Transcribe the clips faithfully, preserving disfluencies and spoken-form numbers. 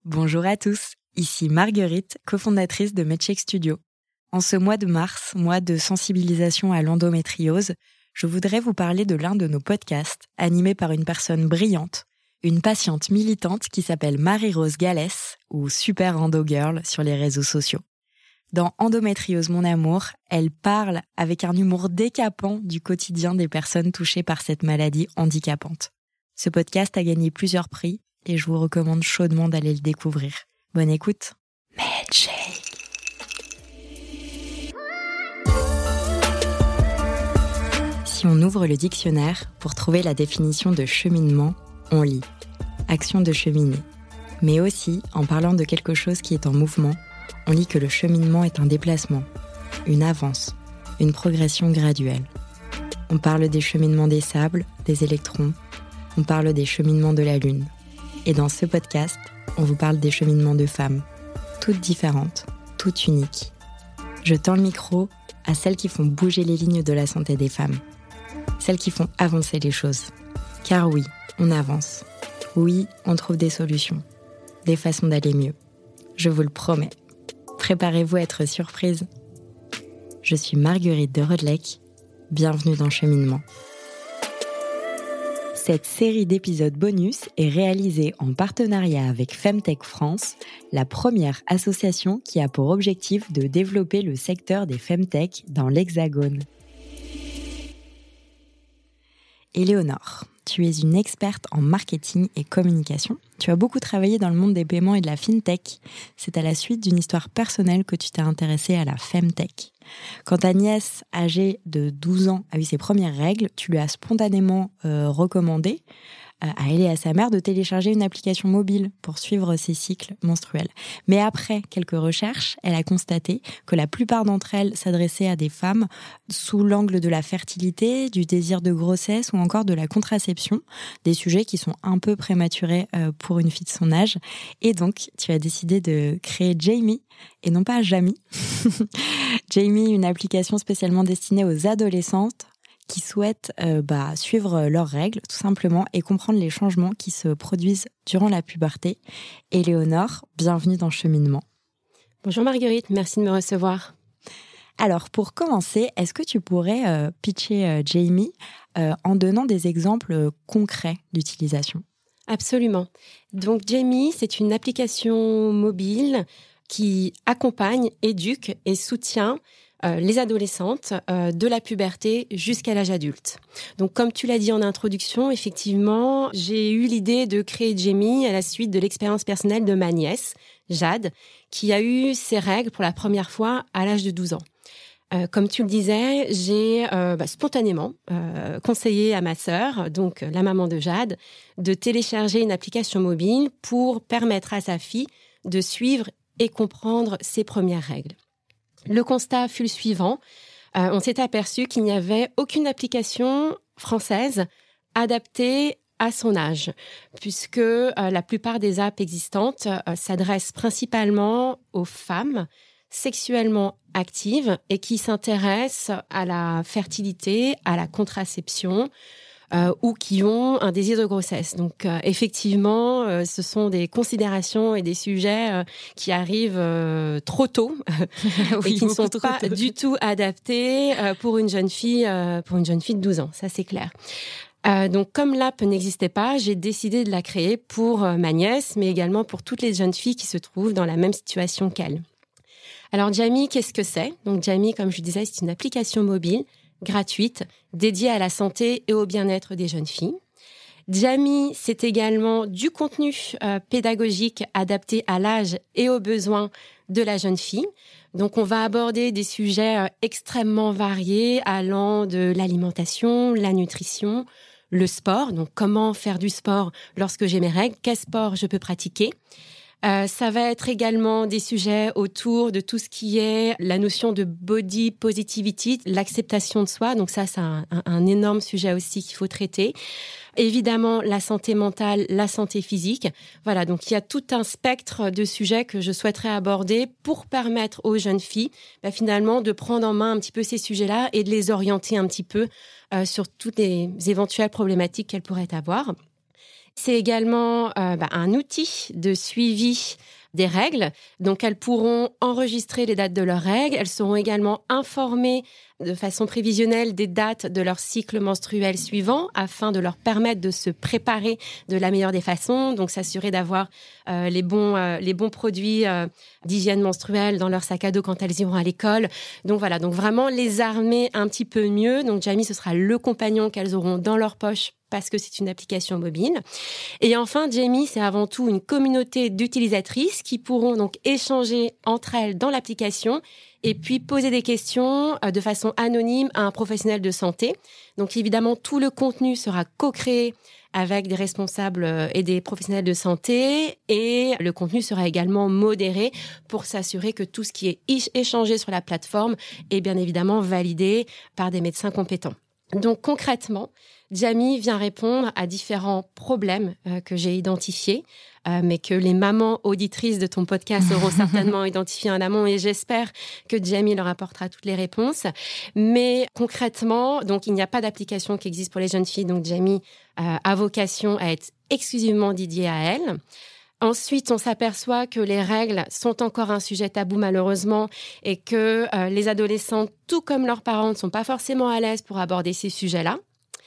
Bonjour à tous, ici Marguerite, cofondatrice de MedCheck Studio. En ce mois de mars, mois de sensibilisation à l'endométriose, je voudrais vous parler de l'un de nos podcasts, animé par une personne brillante, une patiente militante qui s'appelle Marie-Rose Gallès, ou Super Endo Girl sur les réseaux sociaux. Dans Endométriose mon amour, elle parle avec un humour décapant du quotidien des personnes touchées par cette maladie handicapante. Ce podcast a gagné plusieurs prix et je vous recommande chaudement d'aller le découvrir. Bonne écoute. MedCheck. Si on ouvre le dictionnaire pour trouver la définition de cheminement, on lit action de cheminer. Mais aussi, en parlant de quelque chose qui est en mouvement, on lit que le cheminement est un déplacement, une avance, une progression graduelle. On parle des cheminements des sables, des électrons, on parle des cheminements de la Lune. Et dans ce podcast, on vous parle des cheminements de femmes, toutes différentes, toutes uniques. Je tends le micro à celles qui font bouger les lignes de la santé des femmes, celles qui font avancer les choses. Car oui, on avance. Oui, on trouve des solutions, des façons d'aller mieux. Je vous le promets. Préparez-vous à être surprise. Je suis Marguerite de Rodelec. Bienvenue dans Cheminement. Cette série d'épisodes bonus est réalisée en partenariat avec Femtech France, la première association qui a pour objectif de développer le secteur des Femtech dans l'Hexagone. Éléonore, tu es une experte en marketing et communication. Tu as beaucoup travaillé dans le monde des paiements et de la fintech. C'est à la suite d'une histoire personnelle que tu t'es intéressée à la Femtech. Quand ta nièce, âgée de douze ans, a eu ses premières règles, tu lui as spontanément euh, recommandé euh, à elle et à sa mère de télécharger une application mobile pour suivre ses cycles menstruels. Mais après quelques recherches, elle a constaté que la plupart d'entre elles s'adressaient à des femmes sous l'angle de la fertilité, du désir de grossesse ou encore de la contraception, des sujets qui sont un peu prématurés euh, pour une fille de son âge. Et donc, tu as décidé de créer Jamie, et non pas Jamie. Jamie, une application spécialement destinée aux adolescentes qui souhaitent euh, bah, suivre leurs règles, tout simplement, et comprendre les changements qui se produisent durant la puberté. Éléonore, bienvenue dans Cheminement. Bonjour Marguerite, merci de me recevoir. Alors, pour commencer, est-ce que tu pourrais euh, pitcher euh, Jamie euh, en donnant des exemples euh, concrets d'utilisation ? Absolument. Donc Jamie, c'est une application mobile qui accompagne, éduque et soutient euh, les adolescentes euh, de la puberté jusqu'à l'âge adulte. Donc comme tu l'as dit en introduction, effectivement, j'ai eu l'idée de créer Jamie à la suite de l'expérience personnelle de ma nièce, Jade, qui a eu ses règles pour la première fois à l'âge de douze ans. Euh, comme tu le disais, j'ai euh, bah, spontanément euh, conseillé à ma sœur, donc la maman de Jade, de télécharger une application mobile pour permettre à sa fille de suivre et comprendre ses premières règles. Le constat fut le suivant. Euh, on s'est aperçu qu'il n'y avait aucune application française adaptée à son âge, puisque euh, la plupart des apps existantes euh, s'adressent principalement aux femmes sexuellement actives et qui s'intéressent à la fertilité, à la contraception, Euh, ou qui ont un désir de grossesse. Donc, euh, effectivement, euh, ce sont des considérations et des sujets euh, qui arrivent euh, trop tôt oui, et qui ne sont pas tôt. du tout adaptés euh, pour une jeune fille, euh, pour une jeune fille de douze ans. Ça, c'est clair. Euh, donc, comme l'app n'existait pas, j'ai décidé de la créer pour euh, ma nièce, mais également pour toutes les jeunes filles qui se trouvent dans la même situation qu'elle. Alors, Jamie, qu'est-ce que c'est ? Donc, Jamie, comme je disais, c'est une application mobile gratuite, dédiée à la santé et au bien-être des jeunes filles. Jamie, c'est également du contenu euh, pédagogique adapté à l'âge et aux besoins de la jeune fille. Donc, on va aborder des sujets euh, extrêmement variés, allant de l'alimentation, la nutrition, le sport. Donc, comment faire du sport lorsque j'ai mes règles ? Quel sport je peux pratiquer ? Euh, ça va être également des sujets autour de tout ce qui est la notion de body positivity, l'acceptation de soi. Donc ça, c'est un, un, un énorme sujet aussi qu'il faut traiter. Évidemment, la santé mentale, la santé physique. Voilà, donc il y a tout un spectre de sujets que je souhaiterais aborder pour permettre aux jeunes filles, bah, finalement, de prendre en main un petit peu ces sujets-là et de les orienter un petit peu euh, sur toutes les éventuelles problématiques qu'elles pourraient avoir. C'est également euh, bah, un outil de suivi des règles. Donc, elles pourront enregistrer les dates de leurs règles. Elles seront également informées de façon prévisionnelle des dates de leur cycle menstruel suivant afin de leur permettre de se préparer de la meilleure des façons. Donc, s'assurer d'avoir euh, les bons, euh, les bons produits euh, d'hygiène menstruelle dans leur sac à dos quand elles iront à l'école. Donc, voilà. Donc, vraiment les armer un petit peu mieux. Donc, Jamie, ce sera le compagnon qu'elles auront dans leur poche parce que c'est une application mobile. Et enfin, Jamie, c'est avant tout une communauté d'utilisatrices qui pourront donc échanger entre elles dans l'application et puis poser des questions de façon anonyme à un professionnel de santé. Donc évidemment, tout le contenu sera co-créé avec des responsables et des professionnels de santé et le contenu sera également modéré pour s'assurer que tout ce qui est échangé sur la plateforme est bien évidemment validé par des médecins compétents. Donc concrètement, Jamie vient répondre à différents problèmes euh, que j'ai identifiés, euh, mais que les mamans auditrices de ton podcast auront certainement identifiés en amont et j'espère que Jamie leur apportera toutes les réponses. Mais concrètement, donc il n'y a pas d'application qui existe pour les jeunes filles, donc Jamie euh, a vocation à être exclusivement dédiée à elle. Ensuite, on s'aperçoit que les règles sont encore un sujet tabou malheureusement et que euh, les adolescents, tout comme leurs parents, ne sont pas forcément à l'aise pour aborder ces sujets-là.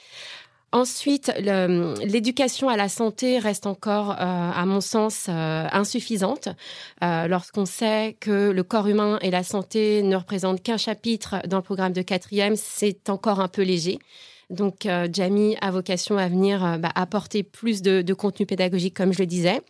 Ensuite, le, l'éducation à la santé reste encore, euh, à mon sens, euh, insuffisante. Euh, lorsqu'on sait que le corps humain et la santé ne représentent qu'un chapitre dans le programme de quatrième, c'est encore un peu léger. Donc, euh, Jamie a vocation à venir euh, bah, apporter plus de, de contenu pédagogique, comme je le disais.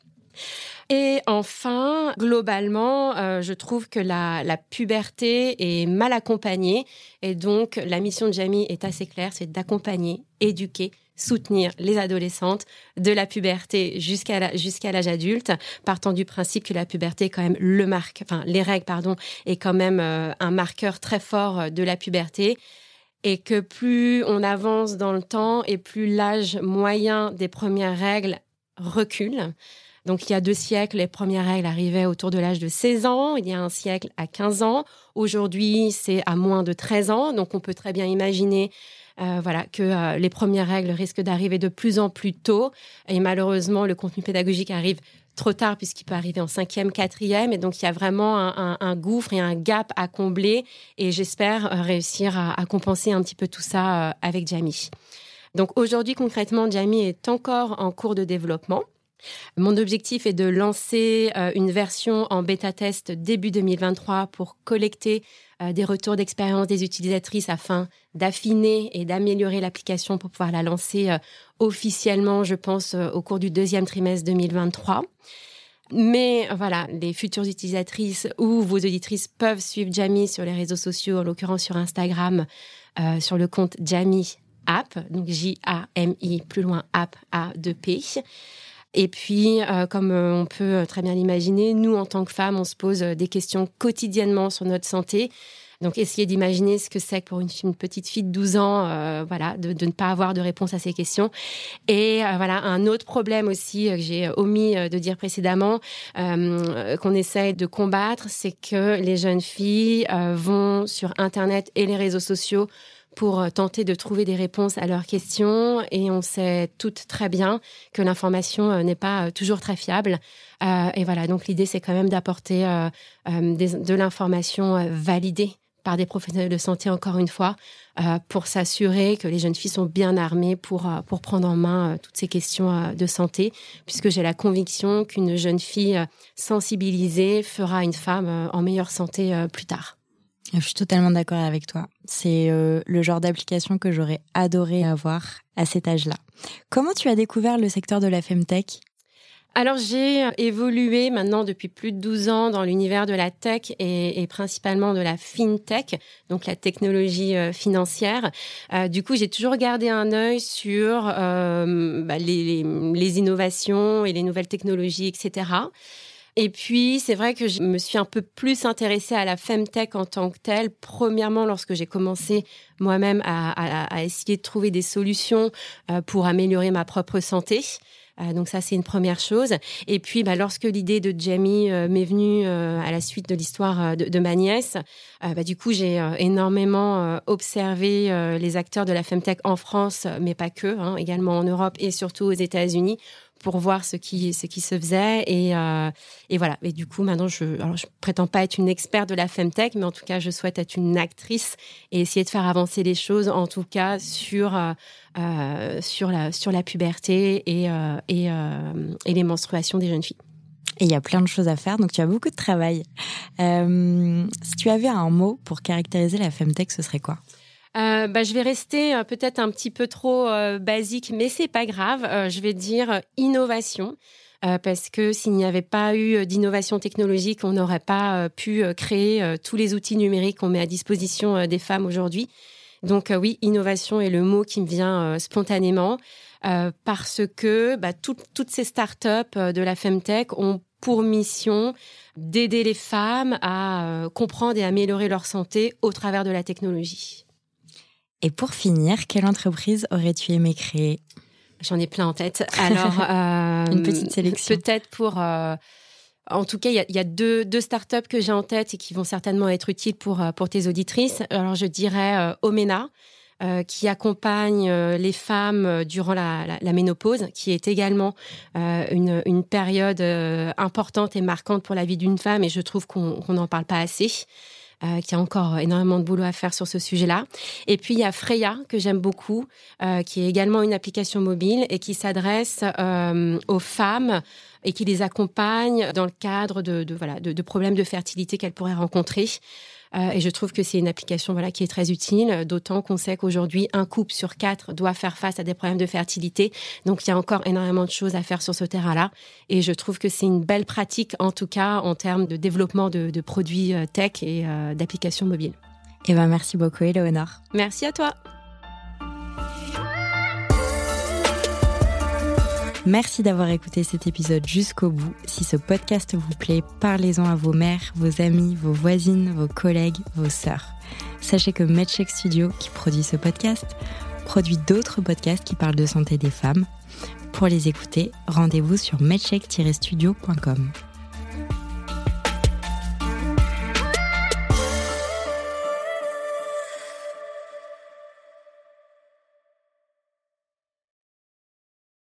Et enfin, globalement, euh, je trouve que la, la puberté est mal accompagnée. Et donc, la mission de Jamie est assez claire, c'est d'accompagner, éduquer, soutenir les adolescentes de la puberté jusqu'à, la, jusqu'à l'âge adulte, partant du principe que la puberté est quand même le marque, enfin, les règles, pardon, est quand même euh, un marqueur très fort de la puberté. Et que plus on avance dans le temps et plus l'âge moyen des premières règles recule. Donc, il y a deux siècles, les premières règles arrivaient autour de l'âge de seize ans. Il y a un siècle à quinze ans. Aujourd'hui, c'est à moins de treize ans. Donc, on peut très bien imaginer euh, voilà, que euh, les premières règles risquent d'arriver de plus en plus tôt. Et malheureusement, le contenu pédagogique arrive trop tard puisqu'il peut arriver en cinquième, quatrième. Et donc, il y a vraiment un, un, un gouffre et un gap à combler. Et j'espère euh, réussir à, à compenser un petit peu tout ça euh, avec Jamie. Donc, aujourd'hui, concrètement, Jamie est encore en cours de développement. Mon objectif est de lancer euh, une version en bêta-test début deux mille vingt-trois pour collecter euh, des retours d'expérience des utilisatrices afin d'affiner et d'améliorer l'application pour pouvoir la lancer euh, officiellement, je pense, euh, au cours du deuxième trimestre deux mille vingt-trois. Mais voilà, les futures utilisatrices ou vos auditrices peuvent suivre Jamie sur les réseaux sociaux, en l'occurrence sur Instagram, euh, sur le compte Jamie App, donc J A M I, plus loin, App, A deux P. Et puis, euh, comme euh, on peut très bien l'imaginer, nous, en tant que femmes, on se pose euh, des questions quotidiennement sur notre santé. Donc, essayer d'imaginer ce que c'est que pour une, une petite fille de douze ans, euh, voilà, de, de ne pas avoir de réponse à ces questions. Et euh, voilà, un autre problème aussi euh, que j'ai omis euh, de dire précédemment, euh, qu'on essaie de combattre, c'est que les jeunes filles euh, vont sur Internet et les réseaux sociaux pour tenter de trouver des réponses à leurs questions. Et on sait toutes très bien que l'information n'est pas toujours très fiable. Euh, et voilà, donc l'idée, c'est quand même d'apporter euh, euh, des, de l'information euh, validée par des professionnels de santé, encore une fois, euh, pour s'assurer que les jeunes filles sont bien armées pour, euh, pour prendre en main euh, toutes ces questions euh, de santé, puisque j'ai la conviction qu'une jeune fille euh, sensibilisée fera une femme euh, en meilleure santé euh, plus tard. Je suis totalement d'accord avec toi. C'est euh, le genre d'application que j'aurais adoré avoir à cet âge-là. Comment tu as découvert le secteur de la Femtech ? Alors, j'ai évolué maintenant depuis plus de douze ans dans l'univers de la tech et, et principalement de la fintech, donc la technologie euh, financière. Euh, du coup, j'ai toujours gardé un œil sur euh, bah, les, les, les innovations et les nouvelles technologies, et cetera. Et puis, c'est vrai que je me suis un peu plus intéressée à la Femtech en tant que telle. Premièrement, lorsque j'ai commencé moi-même à, à, à essayer de trouver des solutions euh, pour améliorer ma propre santé. Euh, donc ça, c'est une première chose. Et puis, bah, lorsque l'idée de Jamie euh, m'est venue euh, à la suite de l'histoire euh, de, de ma nièce, euh, bah, du coup, j'ai euh, énormément euh, observé euh, les acteurs de la Femtech en France, mais pas que, hein, également en Europe et surtout aux États-Unis, pour voir ce qui, ce qui se faisait. Et, euh, et voilà. Et du coup, maintenant, je ne prétends pas être une experte de la Femtech, mais en tout cas, je souhaite être une actrice et essayer de faire avancer les choses, en tout cas, sur, euh, sur, la, sur la puberté et, euh, et, euh, et les menstruations des jeunes filles. Et il y a plein de choses à faire, donc tu as beaucoup de travail. Euh, si tu avais un mot pour caractériser la Femtech, ce serait quoi ? Euh, bah, je vais rester euh, peut-être un petit peu trop euh, basique, mais c'est pas grave. Euh, je vais dire euh, innovation, euh, parce que s'il n'y avait pas eu d'innovation technologique, on n'aurait pas euh, pu euh, créer euh, tous les outils numériques qu'on met à disposition euh, des femmes aujourd'hui. Donc euh, oui, innovation est le mot qui me vient euh, spontanément, euh, parce que bah, tout, toutes ces startups euh, de la Femtech ont pour mission d'aider les femmes à euh, comprendre et améliorer leur santé au travers de la technologie. Et pour finir, quelle entreprise aurais-tu aimé créer ? J'en ai plein en tête. Alors, euh, une petite sélection. Peut-être pour... Euh, en tout cas, il y a, y a deux, deux startups que j'ai en tête et qui vont certainement être utiles pour, pour tes auditrices. Alors, je dirais euh, Omena, euh, qui accompagne euh, les femmes durant la, la, la ménopause, qui est également euh, une, une période euh, importante et marquante pour la vie d'une femme. Et je trouve qu'on n'en parle pas assez. Euh, qu'il y a encore énormément de boulot à faire sur ce sujet-là. Et puis, il y a Freya, que j'aime beaucoup, euh, qui est également une application mobile et qui s'adresse euh, aux femmes et qui les accompagne dans le cadre de, de, voilà, de, de problèmes de fertilité qu'elles pourraient rencontrer. Euh, et je trouve que c'est une application voilà, qui est très utile, d'autant qu'on sait qu'aujourd'hui, un couple sur quatre doit faire face à des problèmes de fertilité. Donc, il y a encore énormément de choses à faire sur ce terrain-là. Et je trouve que c'est une belle pratique, en tout cas, en termes de développement de, de produits tech et euh, d'applications mobiles. Eh ben, merci beaucoup, Éléonore. Merci à toi. Merci d'avoir écouté cet épisode jusqu'au bout. Si ce podcast vous plaît, parlez-en à vos mères, vos amis, vos voisines, vos collègues, vos sœurs. Sachez que MedCheck Studio, qui produit ce podcast, produit d'autres podcasts qui parlent de santé des femmes. Pour les écouter, rendez-vous sur medcheck tiret studio point com.